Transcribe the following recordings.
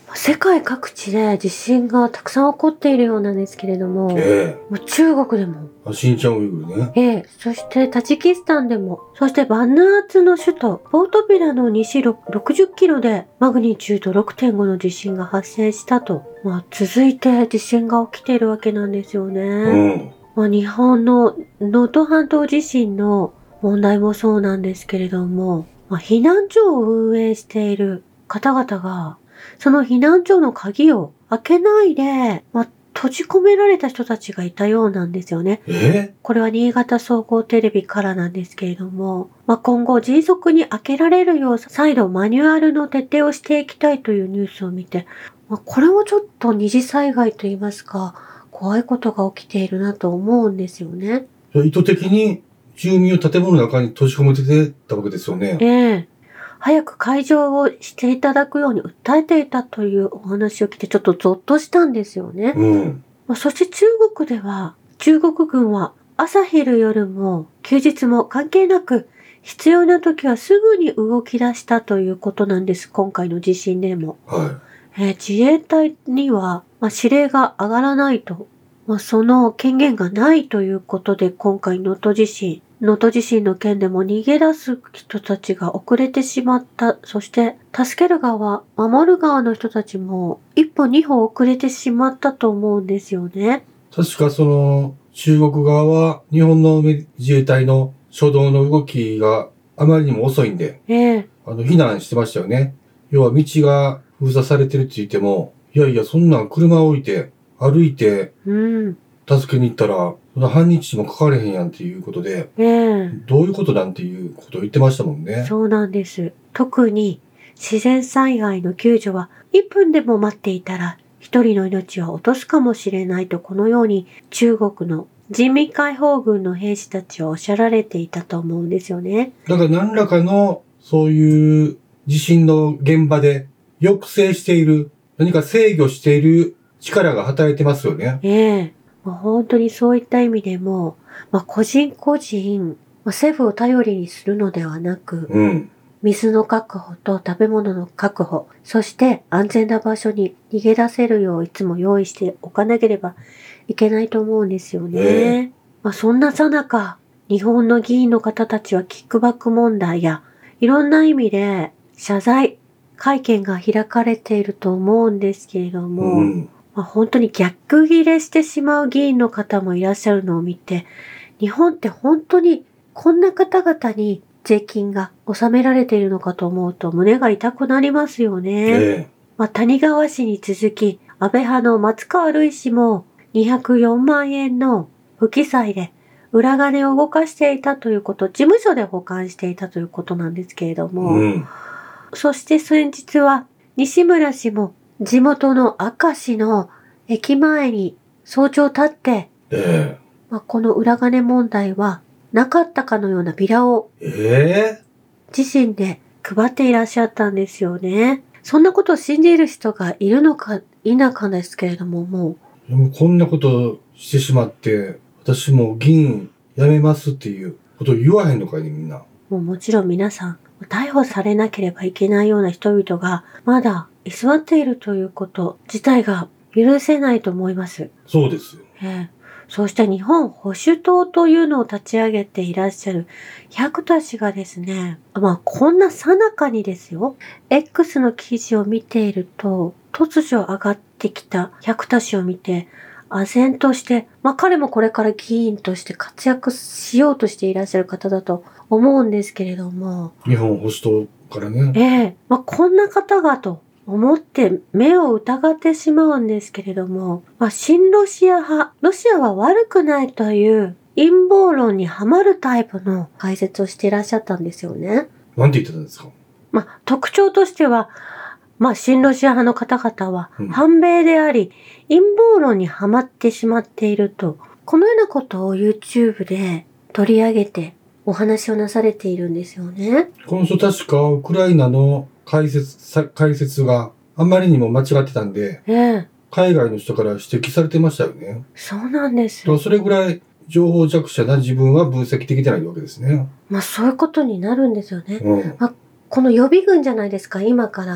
世界各地で地震がたくさん起こっているようなんですけれども、もう中国でも、 シンチャンウイグルね。 そしてタジキスタンでも、そしてバヌアツの首都ポートビラの西60キロでマグニチュード 6.5 の地震が発生したと、続いて地震が起きているわけなんですよね。日本の能登半島地震の問題もそうなんですけれども、避難所を運営している方々が、その避難所の鍵を開けないで、閉じ込められた人たちがいたようなんですよね。これは新潟総合テレビからなんですけれども、今後迅速に開けられるよう再度マニュアルの徹底をしていきたいというニュースを見て、これもちょっと二次災害といいますか、怖いことが起きているなと思うんですよね。 意図的に住民を建物の中に閉じ込めてたわけですよね。 早く開場をしていただくように訴えていたというお話を聞いてちょっとゾッとしたんですよね。そして中国では、中国軍は朝昼夜も休日も関係なく必要な時はすぐに動き出したということなんです。今回の地震でも。自衛隊には、指令が上がらないと、その権限がないということで今回能登地震の件でも逃げ出す人たちが遅れてしまった。そして助ける側、守る側の人たちも一歩二歩遅れてしまったと思うんですよね。 確かその中国側は日本の自衛隊の初動の動きがあまりにも遅いんで、避難してましたよね。要は道が封鎖されてるって言っても、いやいやそんなん車を置いて歩いて助けに行ったら、半日もかかれへんやんっていうことで、どういうことなんていうことを言ってましたもんね。 そうなんです。特に自然災害の救助は1分でも待っていたら一人の命を落とすかもしれないと、このように中国の人民解放軍の兵士たちはおっしゃられていたと思うんですよね。 だから何らかのそういう地震の現場で抑制している、何か制御している力が働いてますよね。 本当にそういった意味でも、個人個人、政府を頼りにするのではなく、水の確保と食べ物の確保、そして安全な場所に逃げ出せるよういつも用意しておかなければいけないと思うんですよね。そんなさなか、日本の議員の方たちはキックバック問題やいろんな意味で謝罪会見が開かれていると思うんですけれども、本当に逆ギレしてしまう議員の方もいらっしゃるのを見て、日本って本当にこんな方々に税金が納められているのかと思うと胸が痛くなりますよね。谷川氏に続き、安倍派の松川るい氏も204万円の不記載で裏金を動かしていたということ、事務所で保管していたということなんですけれども、そして先日は西村氏も地元の明石の駅前に早朝立って、この裏金問題はなかったかのようなビラを自身で配っていらっしゃったんですよね。そんなことを信じる人がいるのか否かですけれども、もうこんなことしてしまって私も議員辞めますっていうことを言わへんのかいね、みんな。 もちろん皆さん逮捕されなければいけないような人々がまだ居座っているということ自体が許せないと思います。 そうですよ。 そうした日本保守党というのを立ち上げていらっしゃる百田氏がですね、こんな最中にですよ、X の記事を見ていると、突如上がってきた百田氏を見て、唖然として、彼もこれから議員として活躍しようとしていらっしゃる方だと思うんですけれども。 日本保守党からね。 こんな方がと思って目を疑ってしまうんですけれども、親ロシア派、ロシアは悪くないという陰謀論にはまるタイプの解説をしていらっしゃったんですよね。 なんて言ってたんですか？ 特徴としては、親ロシア派の方々は反米であり、陰謀論にはまってしまっていると、このようなことを YouTube で取り上げてお話をなされているんですよね。 この人確かウクライナの解説があんまりにも間違ってたんで、海外の人から指摘されてましたよね。 そうなんです。 それぐらい情報弱者な自分は分析できてないわけですね。 そういうことになるんですよね。この予備軍じゃないですか、今から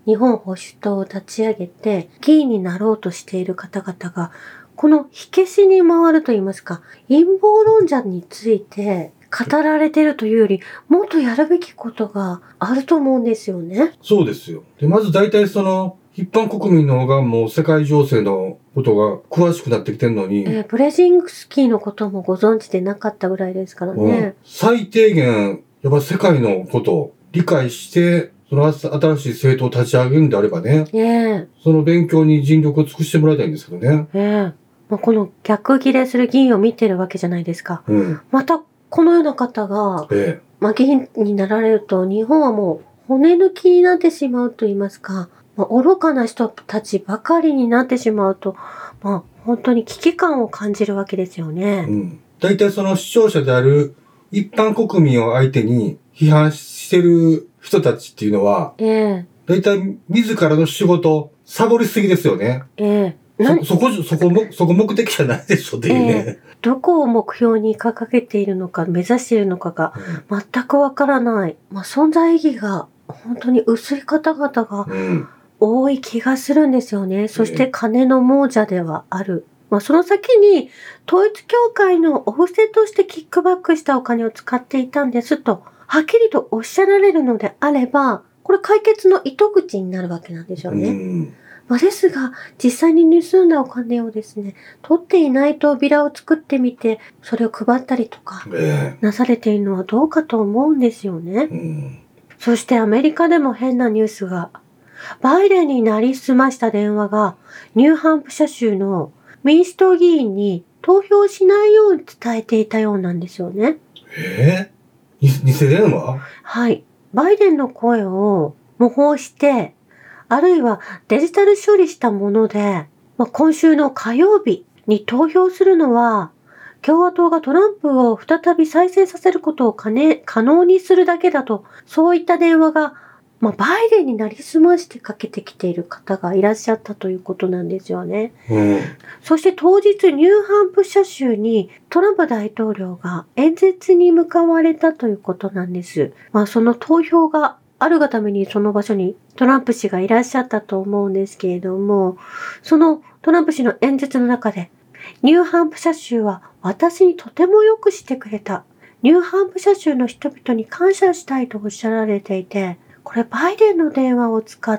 日本保守党を立ち上げて議員になろうとしている方々が、この火消しに回ると言いますか、陰謀論者について語られているというより、もっとやるべきことがあると思うんですよね。 そうですよ。で、まず大体一般国民の方がもう世界情勢のことが詳しくなってきてるのに。 ブレジンスキーのこともご存知でなかったぐらいですからね。 最低限、やっぱ世界のことを理解して、その新しい政党を立ち上げるんであればね。その勉強に尽力を尽くしてもらいたいんですけどね。 この逆ギレする議員を見てるわけじゃないですか。また、このような方が、議員になられると、日本はもう骨抜きになってしまうと言いますか、愚かな人たちばかりになってしまうと、本当に危機感を感じるわけですよね。 大体その視聴者である一般国民を相手に批判してる人たちっていうのは、大体自らの仕事、サボりすぎですよね。そこ目的じゃないでしょっていうね。 どこを目標に掲げているのか、目指しているのかが全くわからない。存在意義が本当に薄い方々が多い気がするんですよね。そして金の亡者ではある。その先に統一教会のお布施としてキックバックしたお金を使っていたんですと、はっきりとおっしゃられるのであれば、これ解決の糸口になるわけなんでしょうね。ですが、実際に盗んだお金をですね、取っていないとビラを作ってみて、それを配ったりとか、なされているのはどうかと思うんですよね。そしてアメリカでも変なニュースが、バイデンになりすました電話が、ニューハンプシャー州の民主党議員に投票しないように伝えていたようなんですよね。 偽電話？ はい。バイデンの声を模倣して、あるいはデジタル処理したもので、今週の火曜日に投票するのは、共和党がトランプを再び再生させることを可能にするだけだと、そういった電話が、バイデンになりすましてかけてきている方がいらっしゃったということなんですよね。そして当日ニューハンプシャー州にトランプ大統領が演説に向かわれたということなんです。その投票があるがためにその場所にトランプ氏がいらっしゃったと思うんですけれども、そのトランプ氏の演説の中で、ニューハンプシャー州は私にとてもよくしてくれた。ニューハンプシャー州の人々に感謝したいとおっしゃられていて、これバイデンの電話を使って、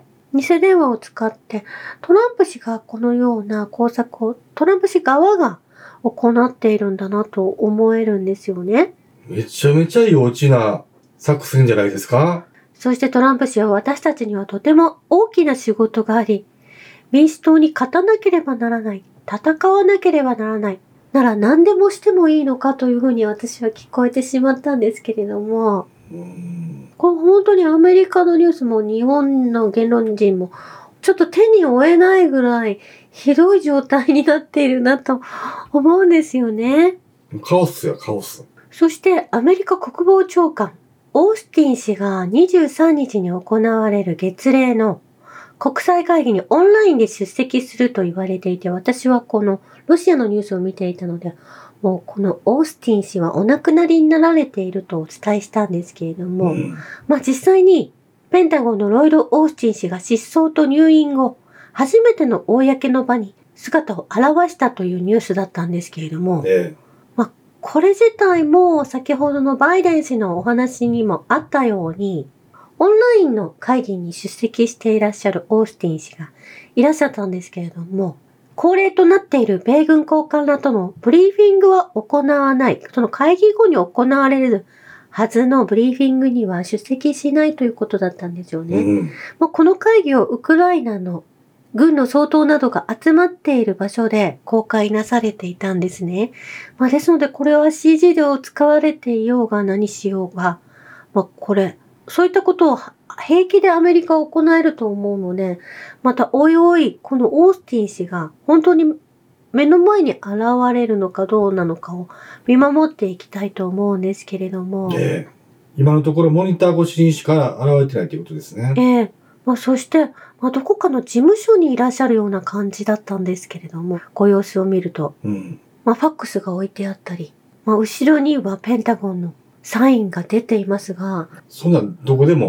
偽電話を使って、トランプ氏がこのような工作をトランプ氏側が行っているんだなと思えるんですよね。 めちゃめちゃ幼稚な作戦じゃないですか。 そしてトランプ氏は私たちにはとても大きな仕事があり、民主党に勝たなければならない、戦わなければならない、なら何でもしてもいいのかというふうに私は聞こえてしまったんですけれども、これ本当にアメリカのニュースも日本の言論人もちょっと手に負えないぐらいひどい状態になっているなと思うんですよね。 カオスやカオス。 そしてアメリカ国防長官オースティン氏が23日に行われる月例の国際会議にオンラインで出席すると言われていて、私はこのロシアのニュースを見ていたので、もうこのオースティン氏はお亡くなりになられているとお伝えしたんですけれども、実際にペンタゴンのロイド・オースティン氏が失踪と入院後、初めての公の場に姿を現したというニュースだったんですけれども、これ自体も先ほどのバイデン氏のお話にもあったように、オンラインの会議に出席していらっしゃるオースティン氏がいらっしゃったんですけれども、恒例となっている米軍高官らとのブリーフィングは行わない。その会議後に行われるはずのブリーフィングには出席しないということだったんですよね。この会議をウクライナの軍の総統などが集まっている場所で公開なされていたんですね。ですのでこれは CG で使われていようが何しようが、これ、そういったことを平気でアメリカは行えると思うので、またおいおい、このオースティン氏が本当に目の前に現れるのかどうなのかを見守っていきたいと思うんですけれども。 今のところモニター越しにしか現れてないということですね。 そして、どこかの事務所にいらっしゃるような感じだったんですけれども、ご様子を見ると、ファックスが置いてあったり、後ろにはペンタゴンのサインが出ていますが、 そんなんどこでも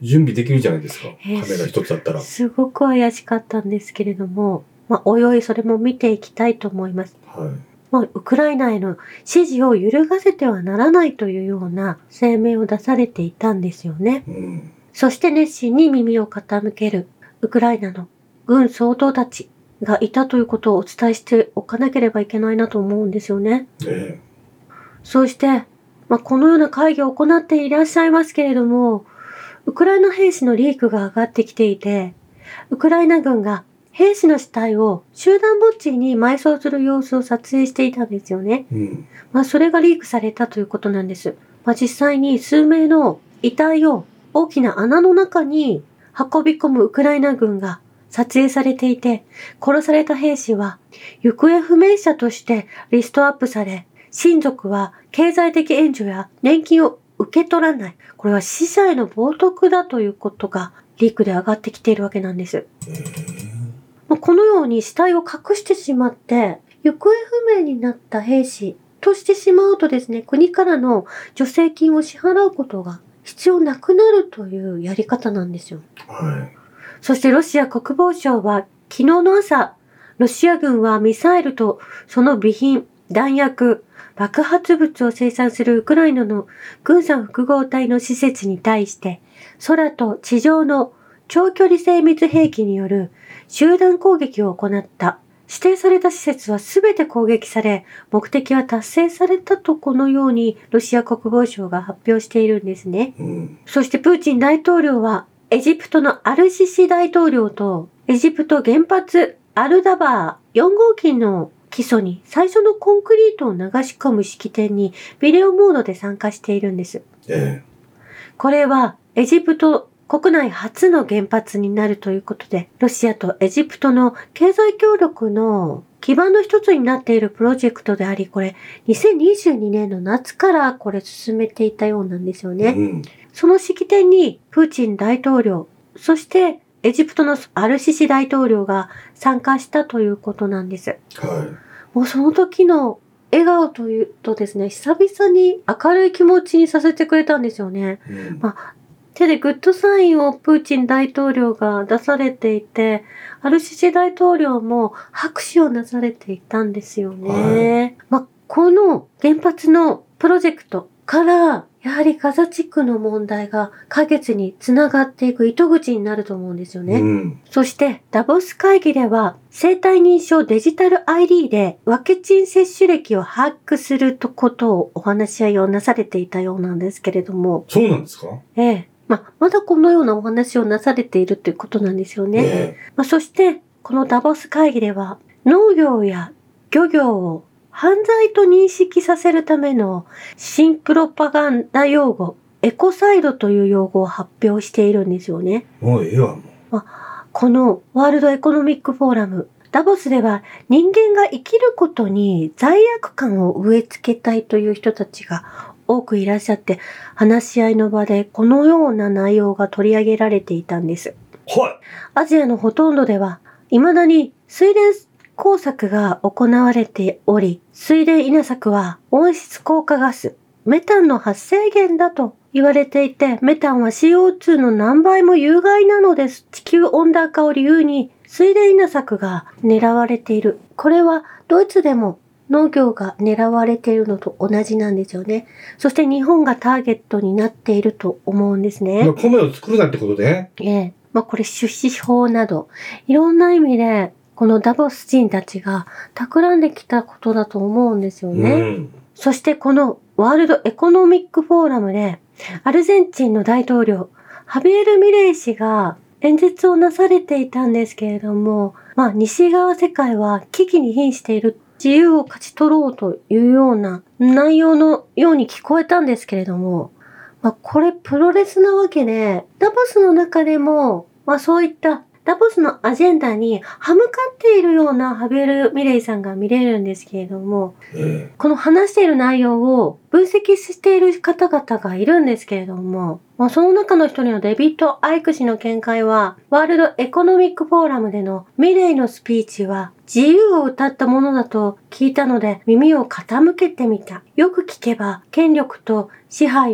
準備できるじゃないですか。カメラ一つだったら。 すごく怪しかったんですけれども、おいおいそれも見ていきたいと思います。 はい。 ウクライナへの支持を揺るがせてはならないというような声明を出されていたんですよね。そして熱心に耳を傾けるウクライナの軍総統たちがいたということをお伝えしておかなければいけないなと思うんですよね。そして、このような会議を行っていらっしゃいますけれども、ウクライナ兵士のリークが上がってきていて、ウクライナ軍が兵士の死体を集団墓地に埋葬する様子を撮影していたんですよね。それがリークされたということなんです。実際に数名の遺体を大きな穴の中に運び込むウクライナ軍が撮影されていて、殺された兵士は行方不明者としてリストアップされ、親族は経済的援助や年金を受け取らない。これは死者への冒涜だということがリークで上がってきているわけなんです。このように死体を隠してしまって、行方不明になった兵士としてしまうとですね、国からの助成金を支払うことが必要なくなるというやり方なんですよ。そしてロシア国防省は昨日の朝、ロシア軍はミサイルとその備品、弾薬、爆発物を生産するウクライナの軍産複合体の施設に対して、空と地上の長距離精密兵器による集団攻撃を行った。指定された施設は全て攻撃され、目的は達成されたとこのようにロシア国防省が発表しているんですね。そしてプーチン大統領はエジプトのアルシシ大統領とエジプト原発アルダバー4号機の基礎に最初のコンクリートを流し込む式典にビデオモードで参加しているんです。これはエジプト国内初の原発になるということで、ロシアとエジプトの経済協力の基盤の一つになっているプロジェクトであり、これ2022年の夏からこれ進めていたようなんですよね。その式典にプーチン大統領、そしてエジプトのアルシシ大統領が参加したということなんです。もうその時の笑顔というとですね、久々に明るい気持ちにさせてくれたんですよね。手でグッドサインをプーチン大統領が出されていて、アルシシ大統領も拍手をなされていたんですよね。この原発のプロジェクトからやはりガザ地区の問題が解決につながっていく糸口になると思うんですよね。そしてダボス会議では生体認証デジタル ID でワクチン接種歴を把握することをお話し合いをなされていたようなんですけれども。 そうなんですか？ まだこのようなお話をなされているということなんですよね。そしてこのダボス会議では農業や漁業を犯罪と認識させるための新プロパガンダ用語、エコサイドという用語を発表しているんですよね。 もうええわ、もう。 このワールドエコノミックフォーラム、ダボスでは人間が生きることに罪悪感を植え付けたいという人たちが多くいらっしゃって、話し合いの場でこのような内容が取り上げられていたんです。アジアのほとんどでは、未だに水田工作が行われており、水田稲作は温室効果ガス、メタンの発生源だと言われていて、メタンは CO2 の何倍も有害なのです。地球温暖化を理由に水田稲作が狙われている。これはドイツでも農業が狙われているのと同じなんですよね。そして日本がターゲットになっていると思うんですね。 米を作るなってことで？ これ種子法など、いろんな意味でこのダボス人たちが企んできたことだと思うんですよね。そしてこのワールドエコノミックフォーラムでアルゼンチンの大統領ハビエル・ミレイ氏が演説をなされていたんですけれども、西側世界は危機に瀕している、自由を勝ち取ろうというような内容のように聞こえたんですけれども、これプロレスなわけで、ダボスの中でもそういったダボスのアジェンダに歯向かっているようなハビエル・ミレイさんが見れるんですけれども、この話している内容を分析している方々がいるんですけれども、その中の一人のデビッド・アイク氏の見解は、ワールドエコノミックフォーラムでのミレイのスピーチは自由を謳ったものだと聞いたので耳を傾けてみた。よく聞けば権力と支配を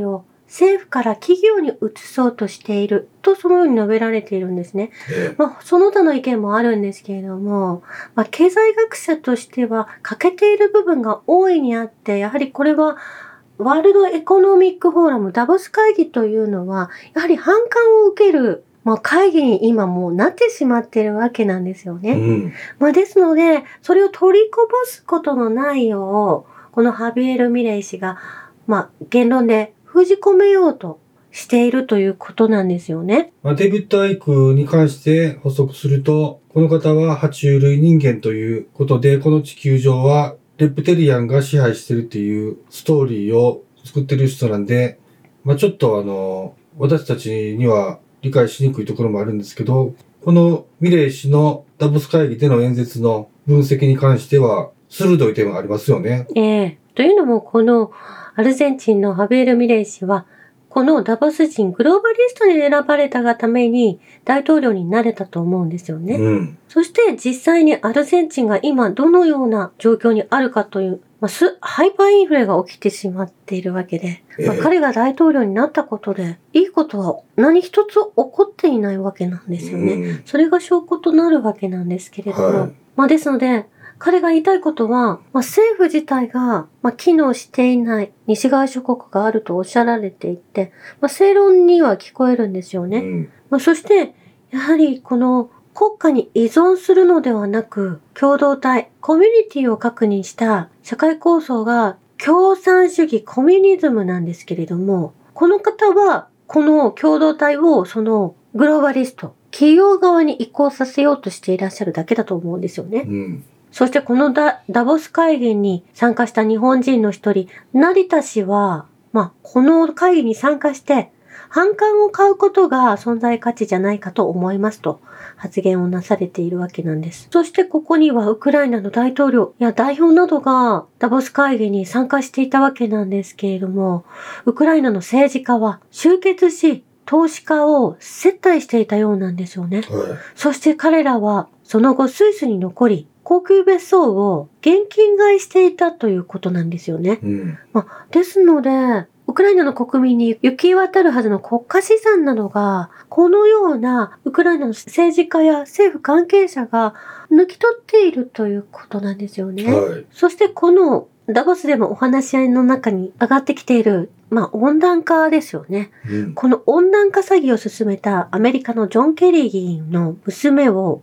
政府から企業に移そうとしているとそのように述べられているんですね。その他の意見もあるんですけれども、経済学者としては欠けている部分が大いにあって、やはりこれはワールドエコノミックフォーラムダボス会議というのは、やはり反感を受ける会議に今もうなってしまっているわけなんですよね。ですので、それを取りこぼすことのないよう、このハビエル・ミレイ氏が、言論で封じ込めようとしているということなんですよね。 デビッド・アイクに関して補足すると、この方は爬虫類人間ということで、この地球上はレプテリアンが支配してるっていうストーリーを作ってる人なんで、ちょっと私たちには理解しにくいところもあるんですけど、このミレイ氏のダボス会議での演説の分析に関しては、鋭い点がありますよね。 というのも、このアルゼンチンのハビエル・ミレイ氏は、このダボス人グローバリストに選ばれたがために大統領になれたと思うんですよね。そして実際にアルゼンチンが今どのような状況にあるかという、ハイパーインフレが起きてしまっているわけで、彼が大統領になったことで、いいことは何一つ起こっていないわけなんですよね。それが証拠となるわけなんですけれども。ですので、彼が言いたいことは、政府自体が、機能していない西側諸国があるとおっしゃられていて、正論には聞こえるんですよね。そして、やはりこの国家に依存するのではなく、共同体、コミュニティを確認した社会構想が共産主義コミュニズムなんですけれども、この方はこの共同体をそのグローバリスト、企業側に移行させようとしていらっしゃるだけだと思うんですよね。そしてこのダボス会議に参加した日本人の一人、成田氏は、この会議に参加して、反感を買うことが存在価値じゃないかと思いますと発言をなされているわけなんです。そしてここにはウクライナの大統領や代表などがダボス会議に参加していたわけなんですけれども、ウクライナの政治家は集結し、投資家を接待していたようなんですよね。そして彼らはその後スイスに残り、高級別荘を現金買いしていたということなんですよね。ですので、ウクライナの国民に行き渡るはずの国家資産などが、このようなウクライナの政治家や政府関係者が抜き取っているということなんですよね。そしてこのダボスでもお話し合いの中に上がってきている、温暖化ですよね。この温暖化詐欺を進めたアメリカのジョン・ケリー議員の娘を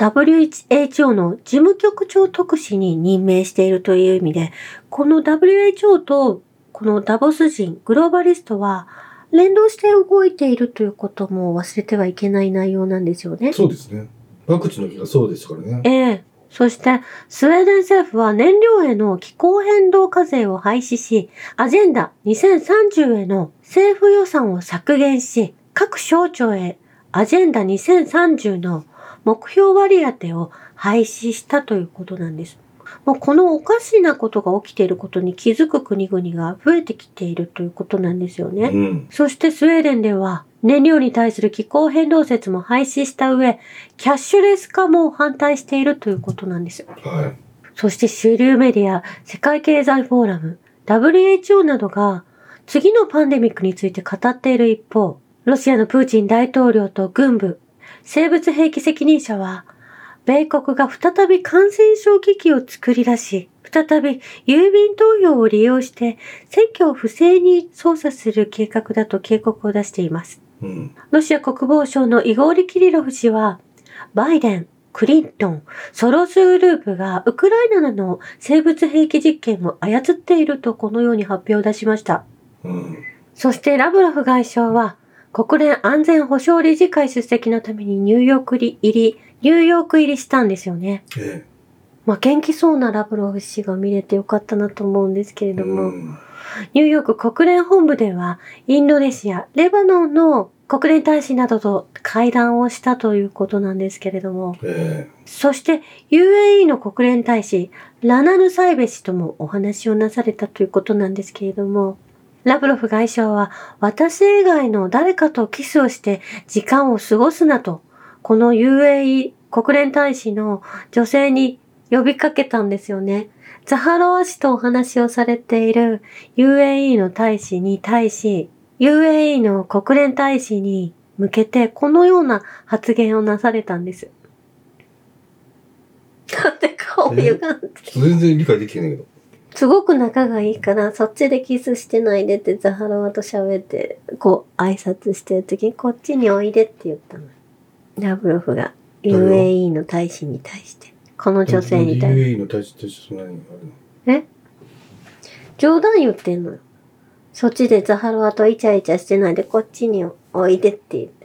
WHO の事務局長特使に任命しているという意味で、この WHO とこのダボス人、グローバリストは連動して動いているということも忘れてはいけない内容なんですよね。 そうですね。ワクチンの日がそうですからね。 そして、スウェーデン政府は燃料への気候変動課税を廃止し、アジェンダ2030への政府予算を削減し、各省庁へアジェンダ2030の目標割当を廃止したということなんです。このおかしなことが起きていることに気づく国々が増えてきているということなんですよね。そしてスウェーデンでは燃料に対する気候変動説も廃止した上、キャッシュレス化も反対しているということなんですよ。そして主流メディア、世界経済フォーラム、WHO などが次のパンデミックについて語っている一方、ロシアのプーチン大統領と軍部、生物兵器責任者は、米国が再び感染症危機を作り出し、再び郵便投票を利用して選挙を不正に操作する計画だと警告を出しています。ロシア国防省のイゴーリ・キリロフ氏は、バイデン、クリントン、ソロスグループがウクライナの生物兵器実験を操っているとこのように発表を出しました。そしてラブロフ外相は、国連安全保障理事会出席のためにニューヨーク入りしたんですよね。元気そうなラブロフ氏が見れてよかったなと思うんですけれども、ニューヨーク国連本部では、インドネシア、レバノンの国連大使などと会談をしたということなんですけれども、そして UAE の国連大使、ラナヌ・サイベ氏ともお話をなされたということなんですけれども、ラブロフ外相は、私以外の誰かとキスをして時間を過ごすなと、この UAE 国連大使の女性に呼びかけたんですよね。ザハロワ氏とお話をされている UAE の大使に対し、 UAE の国連大使に向けてこのような発言をなされたんです。だって顔歪んで。 全然理解できへんねんけど。 すごく仲がいいから、そっちでキスしてないでってザハロワと喋って、こう挨拶してる時にこっちにおいでって言ったの。ラブロフが UAE の大使に対して。この女性に対して。 UAE の大使ってそんなにあるの？ 冗談言ってんのよ。そっちでザハロワとイチャイチャしてないでこっちにおいでって言って。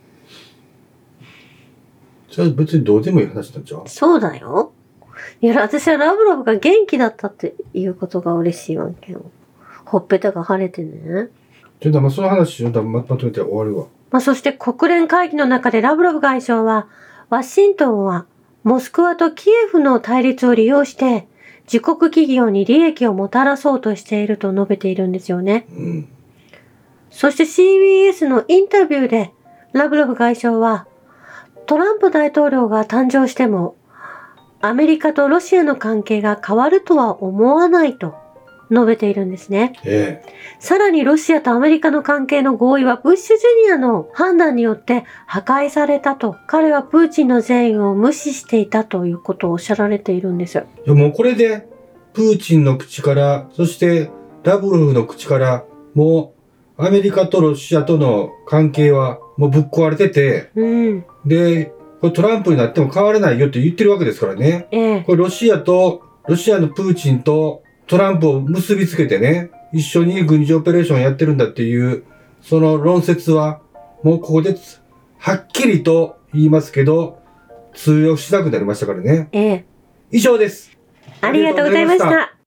じゃあ別にどうでもいい話なんちゃう？ そうだよ。いや、私はラブロフが元気だったっていうことが嬉しいわけよ。ほっぺたが腫れてね。 ちょっとその話をまとめて終わるわ。 そして国連会議の中でラブロフ外相は、ワシントンはモスクワとキエフの対立を利用して、自国企業に利益をもたらそうとしていると述べているんですよね。そして CBS のインタビューで、ラブロフ外相は、トランプ大統領が誕生しても、アメリカとロシアの関係が変わるとは思わないと述べているんですね。さらにロシアとアメリカの関係の合意はブッシュジュニアの判断によって破壊されたと。彼はプーチンの善意を無視していたということをおっしゃられているんですよ。 いやもうこれで、プーチンの口から、そしてラブロフの口から、もうアメリカとロシアとの関係はもうぶっ壊れてて、で、これトランプになっても変わらないよって言ってるわけですからね。これロシアのプーチンとトランプを結びつけてね、一緒に軍事オペレーションやってるんだっていう、その論説は、もうここではっきりと言いますけど、通用しなくなりましたからね。以上です。 ありがとうございました。